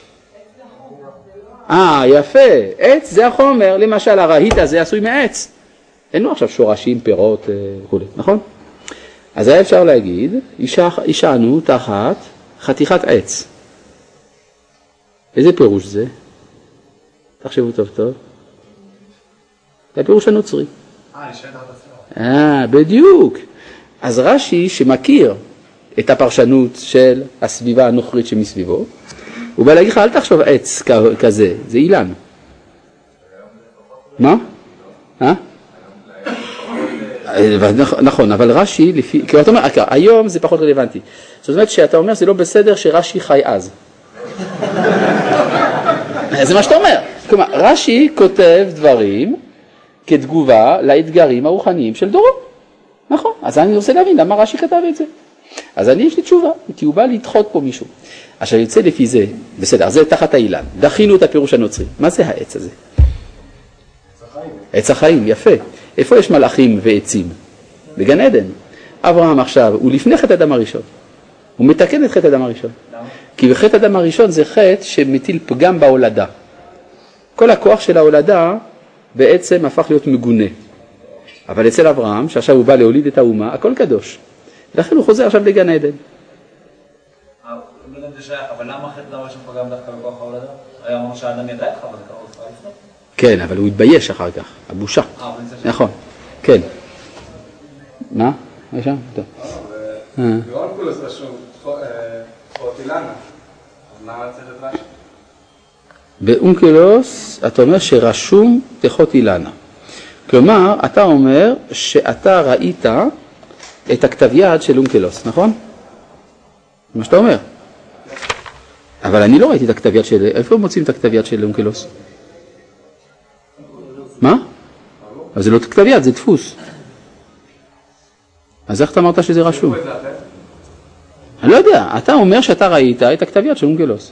יפה, עץ זה החומר, למשל הרהיט הזה עשוי מעץ. אין לו עכשיו שורשים, פירות וכו', נכון? אז היה אפשר להגיד, אישענו תחת חתיכת עץ. איזה פירוש זה? תחשבו טוב טוב. זה הפירוש הנוצרי. בדיוק. אז רש"י שמכיר את הפרשנות של הסביבה הנוכרית שמסביבו, הוא בא להגיד לך, אל תחשוב עץ כזה, זה אילן. מה? נכון, אבל רש"י, כי אתה אומר, היום זה פחות רלוונטי. זאת אומרת שאתה אומר, זה לא בסדר שרש"י חי אז. זה מה שאתה אומר. כלומר, רש"י כותב דברים כתגובה לאתגרים הרוחניים של דורו. נכון, אז אני רוצה להבין למה רש"י כתב את זה. אז יש לי תשובה, כי הוא בא לדחות פה מישהו. עכשיו יוצא לפי זה, בסדר, זה תחת האילן. דחינו את הפירוש הנוצרי. מה זה העץ הזה? עץ החיים, יפה. איפה יש מלאכים ועצים? בגן עדן. אברהם עכשיו, הוא לפני חטא אדם הראשון. הוא מתקן את חטא אדם הראשון. כי בחטא אדם הראשון זה חטא שמטיל פגם בהולדה. כל הכוח של ההולדה בעצם הפך להיות מגונה. אבל אצל אברהם, שעכשיו הוא בא להוליד את האומה, הכל קדוש. לכן הוא חוזר עכשיו לגן עדן. אבל למה חטא אדם הראשון פגם דווקא בכוח ההולדה? היה אמר שהאדם ידע את חווה לקרוא לפני? כן, אבל הוא התבייש אחר כך, הבושה. נכון, כן. מה? מה שם? טוב. באונקולוס רשום פרוטילנה, אז למה צריך את רש"י? באונקלוס אתה אומר שרשום תחות אילנה. כלומר, אתה אומר שאתה ראית את הכתב יד של אונקלוס, נכון? מה שאתה אומר. אבל אני לא ראיתי את הכתב יד של... איפה מוצאים את הכתב יד של אונקלוס? מה? אבל זה לא כתב יד, זה דפוס. אז איך אתה אמרת שזה רשום? אני לא יודע, אתה אומר שאתה ראית את הכתב יד של אונקלוס.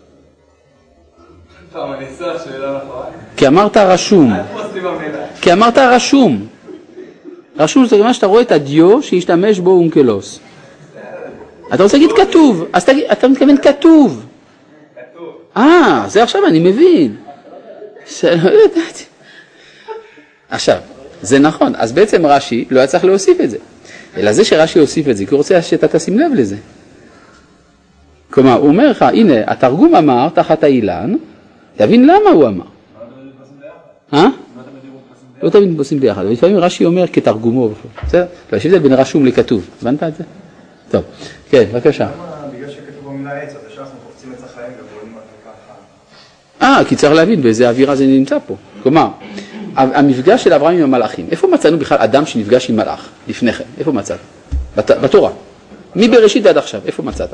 טוב, אני אצטרך שאלה נכון. כי אמרת רשום. כי אמרת רשום. רשום זה מה שאתה רואה את הדיו שישתמש בו אונקלוס. אתה רוצה להגיד כתוב, אז אתה מתכוון כתוב. זה עכשיו אני מבין. לא יודעת. עכשיו, זה נכון, אז בעצם רש"י לא היה צריך להוסיף את זה. אלא זה שרש"י הוסיף את זה, כי הוא רוצה שאתה תשים לב לזה. כלומר, הוא אומר לך, הנה, התרגום אמר תחת האילן, תבין למה הוא אמר. לא תמיד מתבססים ביחד, אבל לפעמים רש"י אומר כתרגומו. בסדר? יש הבדל בין רשום לכתוב. הבנת את זה? טוב, כן, בבקשה. בגלל שכתוב במילה עץ, אז ישר אנחנו קופצים עץ החיים ובונים על ככה. כי צריך להבין באיזה אווירה זה נמצא פה. כלומר, המפגש של אברהם עם המלאכים, איפה מצאנו בכלל אדם שנפגש עם מלאך לפני כן? איפה מצאת? בתורה. מבראשית עד עכשיו, איפה מצאת?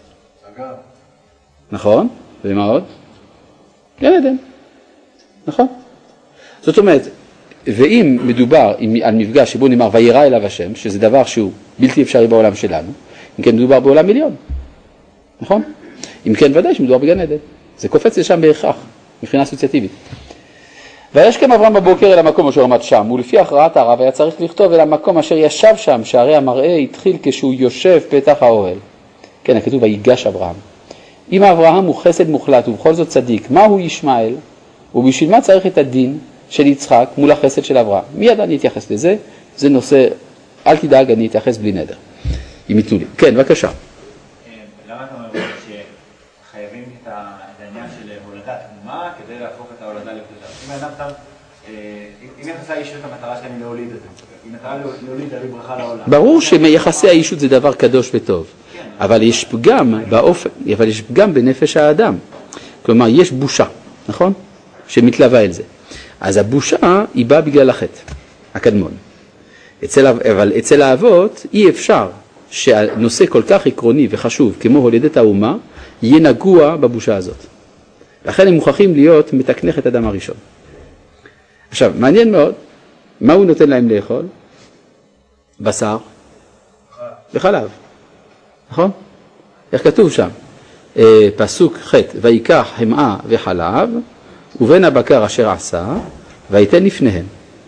נכון? ומה עוד? גן עדן. נכון? זאת אומרת, ואם מדובר על מפגש שבו נאמר וירא אליו השם, שזה דבר שהוא בלתי אפשרי בעולם שלנו, אם כן מדובר בעולם עליון, נכון? אם כן ודאי שמדובר בגן עדן, זה קופץ לשם בהכרח, מבחינה אסוציאטיבית. וישכם אברהם בבוקר אל המקום אשר עמד שם, ולפי הכרעת הרב היה צריך לכתוב אל המקום אשר ישב שם, שהרי המראה התחיל כשהוא יושב פתח האוהל. כן, הכתוב ויגש אברהם. אם אברהם הוא חסד מוחלט ובכל זאת צדיק, מה הוא ישמעאל? ובשביל מה צריך את הדין של יצחק מול החסד של אברהם? מיד אני אתייחס לזה, זה נושא, אל תדאג, אני אתייחס בלי נדר. אם ייתנו לי. כן, בבקשה. למה אתה אומר שחייבים את העניין של הולדת תמומה כדי להפוך את ההולדה לפליטה? אם האדם סתם, אם יחסי האישות המטרה שלהם היא להוליד את זה, אם מטרה להוליד להביא ברכה לעולם. ברור שיחסי האישות זה דבר קדוש וטוב, אבל יש פגם באופן, אבל יש פגם בנפש האדם. כלומר, יש בושה, נכון? שמתלווה אל זה. אז הבושה היא באה בגלל החטא, הקדמון. אבל אצל האבות אי אפשר שהנושא כל כך עקרוני וחשוב כמו הולדת האומה יהיה נגוע בבושה הזאת. לכן הם מוכרחים להיות מתקנך את אדם הראשון. עכשיו, מעניין מאוד, מה הוא נותן להם לאכול? בשר וחלב, נכון? איך כתוב שם? פסוק ח' ויקח חמאה וחלב ובין הבקר אשר עשה ויתן לפניהם.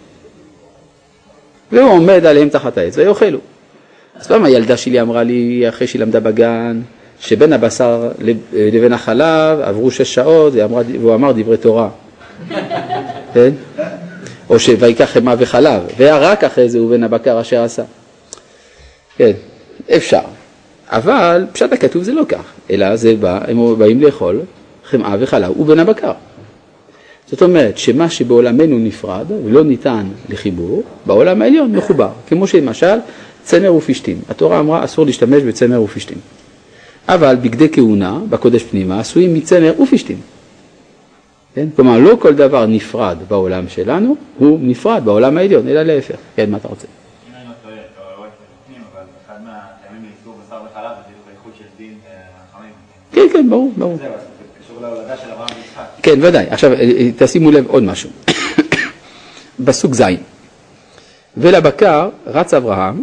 והוא עומד עליהם תחת העץ ויאכלו. אז פעם הילדה שלי אמרה לי אחרי שהיא למדה בגן שבין הבשר לבין החלב עברו 6 שעות והוא אמר דברי תורה. כן? או שויקח חמאה וחלב ורק אחרי זה ובין הבקר אשר עשה. כן, אפשר. אבל פשט הכתוב זה לא כך, אלא זה הם באים לאכול חמאה וחלב ובין הבקר. זאת אומרת שמה שבעולמנו נפרד ולא ניתן לחיבור, בעולם העליון מחובר. כמו שלמשל צמר ופשתים. התורה אמרה אסור להשתמש בצמר ופשתים. אבל בגדי כהונה בקודש פנימה עשויים מצמר ופשתים. כן? כלומר לא כל דבר נפרד בעולם שלנו הוא נפרד בעולם העליון, אלא להפך. כן, מה אתה רוצה? אם אני לא טועה, אתה רואה את הפנים, אבל אחד מהטעמים לאיסור בשר וחלב זה בדיוק האיחוד של דין והחמים. כן, כן, ברור, ברור. זה קשור להולדה של אברהם ויצחק. כן, ודאי. עכשיו, תשימו לב עוד משהו. בסוג זין. ולבקר רץ אברהם,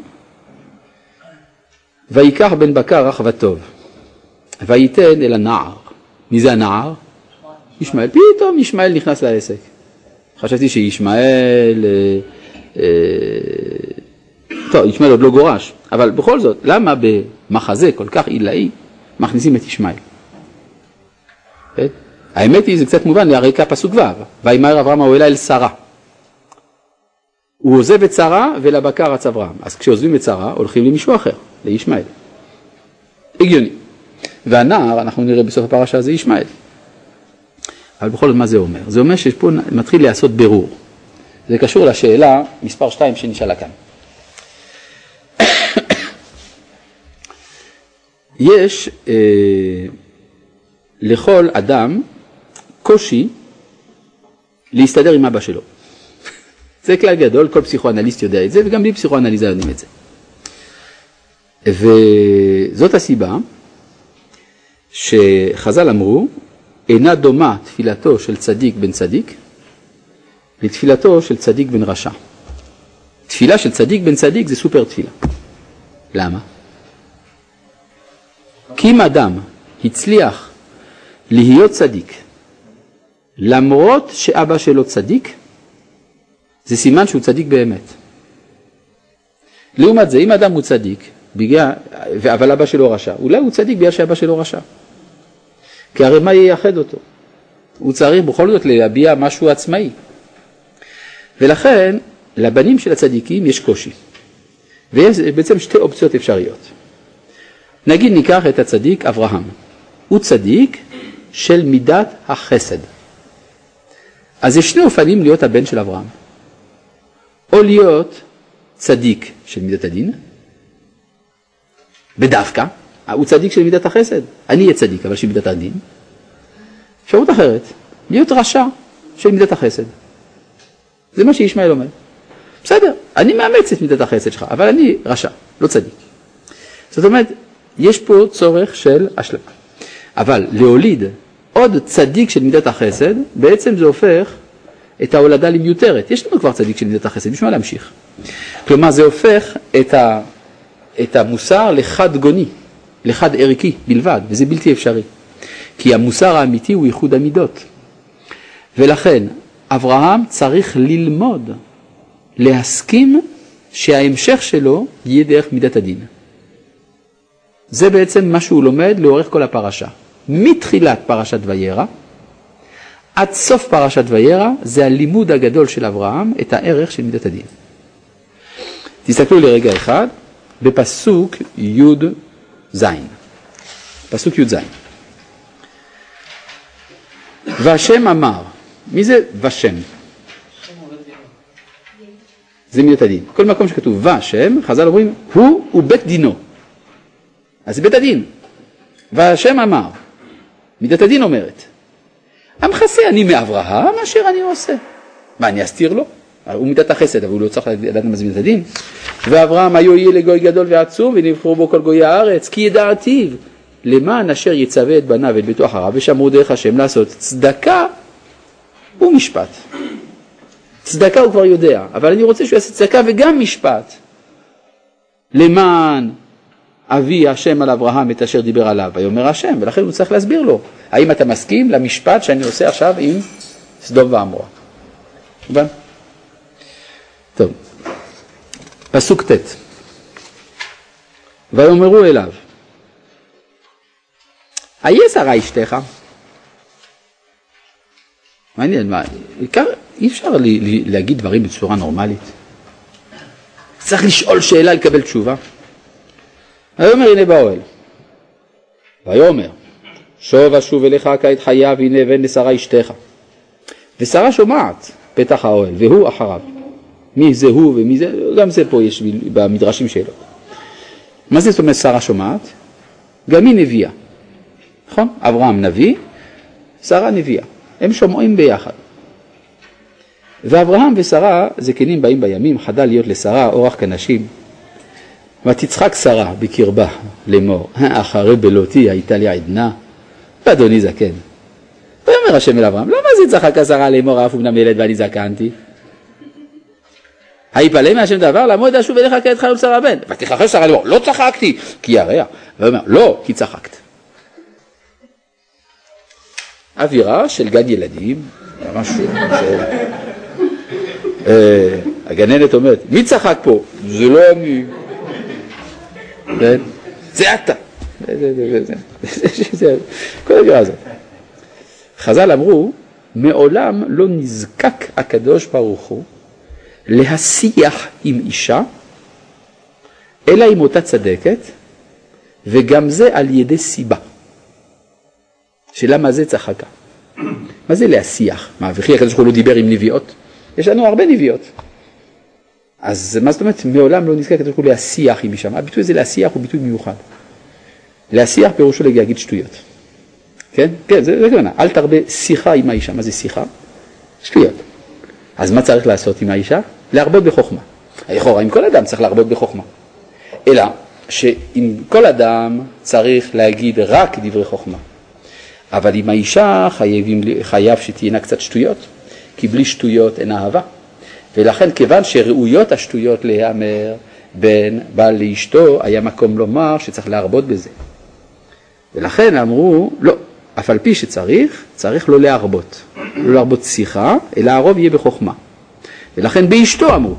ויקח בן בקר רך וטוב, וייתן אל הנער. מי זה הנער? ישמעאל. פתאום ישמעאל נכנס לעסק. חשבתי שישמעאל, טוב, ישמעאל עוד לא גורש, אבל בכל זאת, למה במחזה כל כך עילאי מכניסים את ישמעאל? האמת היא, זה קצת מובן, להרקע פסוק ו' ויאמר אברהם האוהלה אל שרה. הוא עוזב את שרה ולבקר רץ אברהם. אז כשעוזבים את שרה, הולכים למישהו אחר, לישמעאל. הגיוני. והנער, אנחנו נראה בסוף הפרשה, זה ישמעאל. אבל בכל זאת מה זה אומר? זה אומר שפה מתחיל לעשות בירור. זה קשור לשאלה מספר 2 שנשאלה כאן. יש לכל אדם קושי להסתדר עם אבא שלו. זה כלל גדול, כל פסיכואנליסט יודע את זה, וגם בלי פסיכואנליזה יודעים את זה. וזאת הסיבה שחז"ל אמרו, אינה דומה תפילתו של צדיק בן צדיק לתפילתו של צדיק בן רשע. תפילה של צדיק בן צדיק זה סופר תפילה. למה? כי אם אדם הצליח להיות צדיק למרות שאבא שלו צדיק, זה סימן שהוא צדיק באמת. לעומת זה, אם אדם הוא צדיק, אבל אבא שלו רשע, אולי הוא צדיק בגלל שאבא שלו רשע. כי הרי מה ייחד אותו? הוא צריך בכל זאת להביע משהו עצמאי. ולכן, לבנים של הצדיקים יש קושי. ויש בעצם 2 אופציות אפשריות. נגיד ניקח את הצדיק אברהם. הוא צדיק של מידת החסד. אז יש 2 אופנים להיות הבן של אברהם. או להיות צדיק של מידת הדין, בדווקא, הוא צדיק של מידת החסד. אני אהיה צדיק, אבל של מידת הדין. אפשרות אחרת, להיות רשע של מידת החסד. זה מה שישמעאל אומר. בסדר, אני מאמץ את מידת החסד שלך, אבל אני רשע, לא צדיק. זאת אומרת, יש פה צורך של השלמה. אבל להוליד עוד צדיק של מידת החסד, בעצם זה הופך את ההולדה למיותרת. יש לנו כבר צדיק של מידת החסד, בשביל מה להמשיך? כלומר, זה הופך את את המוסר לחד גוני, לחד ערכי בלבד, וזה בלתי אפשרי. כי המוסר האמיתי הוא ייחוד המידות. ולכן אברהם צריך ללמוד, להסכים שההמשך שלו יהיה דרך מידת הדין. זה בעצם מה שהוא לומד לאורך כל הפרשה. מתחילת פרשת וירא, עד סוף פרשת וירא, זה הלימוד הגדול של אברהם, את הערך של מידת הדין. תסתכלו לרגע אחד, בפסוק י' ז'. פסוק י' ז'. והשם אמר, מי זה ושם? זה מידת הדין. כל מקום שכתוב והשם, חז"ל אומרים, הוא ובית דינו. אז זה בית הדין. והשם אמר, מידת הדין אומרת, המחסה אני מאברהם אשר אני עושה. מה, אני אסתיר לו? הוא מידת החסד, אבל הוא לא צריך לדעת מה זה מידת הדין. ואברהם היו יהיה לגוי גדול ועצום, ונבחרו בו כל גויי הארץ, כי ידעתיו, למען אשר יצווה את בניו ואת ביתו אחריו, ושמרו דרך השם לעשות צדקה ומשפט. צדקה הוא כבר יודע, אבל אני רוצה שהוא יעשה צדקה וגם משפט. למען אבי השם על אברהם את אשר דיבר עליו, ויאמר השם, ולכן הוא צריך להסביר לו, האם אתה מסכים למשפט שאני עושה עכשיו עם סדום ועמורה. מובן? טוב, פסוק ט'. ויאמרו אליו, איה שרה אשתך? מעניין, אי אפשר להגיד דברים בצורה נורמלית. צריך לשאול שאלה, לקבל תשובה. ויאמר הנה באוהל. ויאמר, שוב אשוב אליך כעת חיה, והנה בן לשרה אשתך. ושרה שומעת פתח האוהל, והוא אחריו. מי זה הוא ומי זה, גם זה פה יש במדרשים שלו. מה זה זאת אומרת שרה שומעת? גם היא נביאה. נכון? אברהם נביא, שרה נביאה. הם שומעים ביחד. ואברהם ושרה, זקנים באים בימים, חדל להיות לשרה, אורח כנשים. ותצחק שרה בקרבה לאמור, אחרי בלותי הייתה לי עדנה, ואדוני זקן. ויאמר השם אל אברהם, למה זה צחק שרה לאמור, אף ובנם ילד ואני זקנתי? היפלא מהשם דבר, לעמוד אשוב אליך כעת חיה ולשרה בן. ותכחש שרה לאמור, לא צחקתי, כי ירע. ויאמר, לא, כי צחקת. אווירה של גן ילדים, משהו הגננת אומרת, מי צחק פה? זה לא אני. זה אתה. כל הגרעה הזאת. חז"ל אמרו, מעולם לא נזקק הקדוש ברוך הוא להשיח עם אישה, אלא עם אותה צדקת, וגם זה על ידי סיבה. שלמה זה צחקה? מה זה להשיח? מה, וכי הקדוש ברוך הוא לא דיבר עם נביאות? יש לנו הרבה נביאות. אז מה זאת אומרת? מעולם לא נזקק הקדוש ברוך הוא להשיח עם אישה. הביטוי הזה להשיח הוא ביטוי מיוחד. להשיח פירושו להגיד שטויות. כן? כן, זה כמובן. אל תרבה שיחה עם האישה. מה זה שיחה? שטויות. אז מה צריך לעשות עם האישה? להרבות בחוכמה. היכורה, עם כל אדם צריך להרבות בחוכמה. אלא שעם כל אדם צריך להגיד רק דברי חוכמה. אבל עם האישה חייב שתהיינה קצת שטויות, כי בלי שטויות אין אהבה. ולכן כיוון שראויות השטויות להיאמר בין בעל לאשתו, היה מקום לומר שצריך להרבות בזה. ולכן אמרו, לא, אף על פי שצריך, צריך לא להרבות. לא להרבות שיחה, אלא הרוב יהיה בחוכמה. ולכן באשתו אמרו.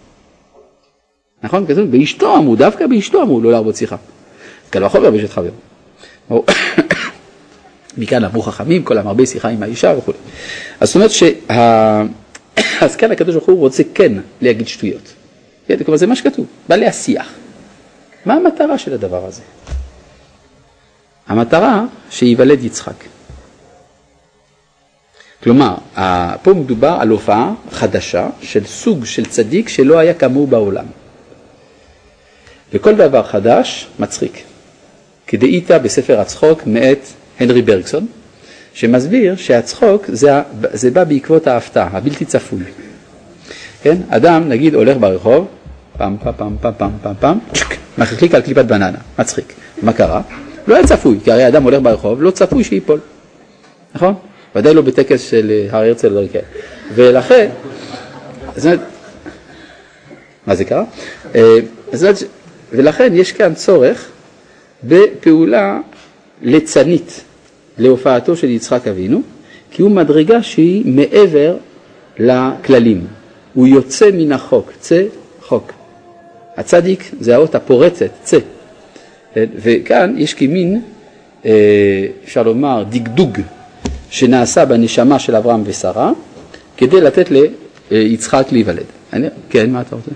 נכון? כתוב, באשתו אמרו, דווקא באשתו אמרו, לא להרבות שיחה. קל וחומר בשת חבר. מכאן אמרו חכמים, כל המרבה שיחה עם האישה וכו'. אז זאת אומרת אז כאן הקדוש ברוך הוא רוצה כן להגיד שטויות. כלומר, זה מה שכתוב, בא להשיח. מה המטרה של הדבר הזה? המטרה שיוולד יצחק. כלומר, פה מדובר על הופעה חדשה של סוג של צדיק שלא היה כמוהו בעולם. וכל דבר חדש מצחיק. כדאית בספר הצחוק מאת הנרי ברגסון, שמסביר שהצחוק זה בא בעקבות ההפתעה, הבלתי צפוי. כן? אדם, נגיד, הולך ברחוב, פעם, מחליק על קליפת בננה, מצחיק. מה קרה? לא היה צפוי, כי הרי אדם הולך ברחוב, לא צפוי שיפול. נכון? ודאי לא בטקס של הר הרצל לא יקרה. ולכן, מה זה קרה? ולכן יש כאן צורך בפעולה ליצנית להופעתו של יצחק אבינו, כי הוא מדרגה שהיא מעבר לכללים. הוא יוצא מן החוק, צא חוק. הצדיק זה האות הפורצת, צא. וכאן יש כמין, אפשר לומר, דגדוג שנעשה בנשמה של אברהם ושרה, כדי לתת ליצחק להיוולד. כן, מה אתה רוצה?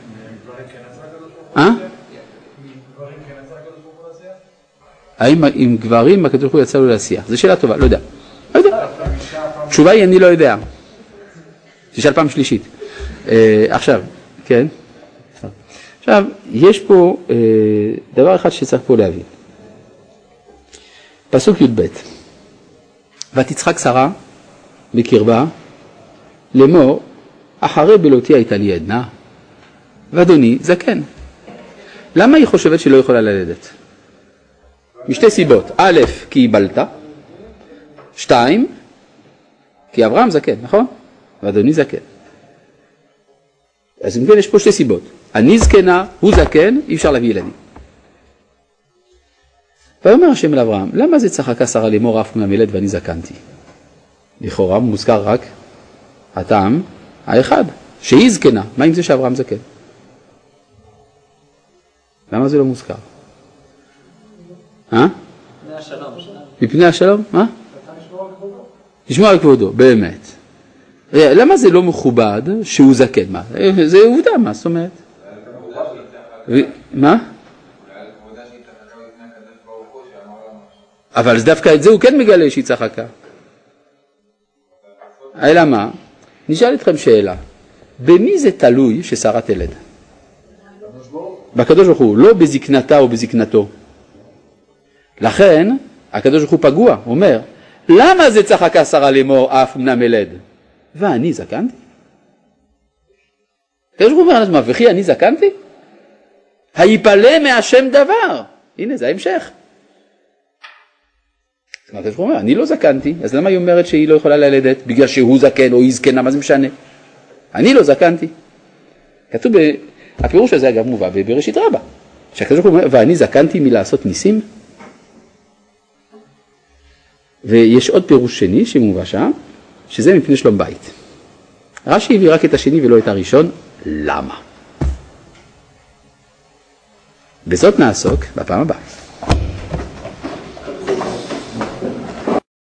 האם עם גברים הקדוש ברוך הוא יצא לו לעשייה? זו שאלה טובה, לא יודע. לא יודע. תשובה היא אני לא יודע. תשאל פעם שלישית. עכשיו, כן. עכשיו, יש פה דבר אחד שצריך פה להבין. פסוק י"ב. ותצחק שרה בקרבה לאמור, אחרי בלותי הייתה לי עדנה, ואדוני זקן. למה היא חושבת שלא יכולה ללדת? משתי סיבות. א', כי היא בלטה. 2, כי אברהם זקן, נכון? ואדוני זקן. אז אם כן, יש פה שתי סיבות. אני זקנה, הוא זקן, אי אפשר להביא ילדים. ואומר השם אל אברהם, למה זה צחקה שרה לאמור אף מן המלד ואני זקנתי? לכאורה מוזכר רק הטעם האחד, שהיא זקנה. מה עם זה שאברהם זקן? למה זה לא מוזכר? מפני השלום? מה? לשמור על כבודו, באמת. למה זה לא מכובד שהוא זקן? מה? זה עובדה, מה זאת אומרת? מה? אבל דווקא את זה הוא כן מגלה שהיא צחקה. אלא מה? נשאל אתכם שאלה. במי זה תלוי ששרה תלד? בקדוש ברוך הוא, לא בזקנתה או בזקנתו. לכן, הקדוש ברוך הוא פגוע, אומר, למה זה צחקה שרה לאמור אף מן המלד? ואני זקנתי? הקדוש ברוך הוא אומר, מה, וכי אני זקנתי? היפלא מהשם דבר. הנה, זה ההמשך. הקדוש ברוך הוא אומר, אני לא זקנתי, אז למה היא אומרת שהיא לא יכולה ללדת? בגלל שהוא זקן או היא זקנה, מה זה משנה? אני לא זקנתי. כתוב, הפירוש הזה אגב מובא בבראשית רבה, שהקדוש ברוך הוא אומר, ואני זקנתי מלעשות ניסים. ויש עוד פירוש שני שמובא שם, שזה מפני שלום בית. רש"י הביא רק את השני ולא את הראשון, למה? בזאת נעסוק בפעם הבאה.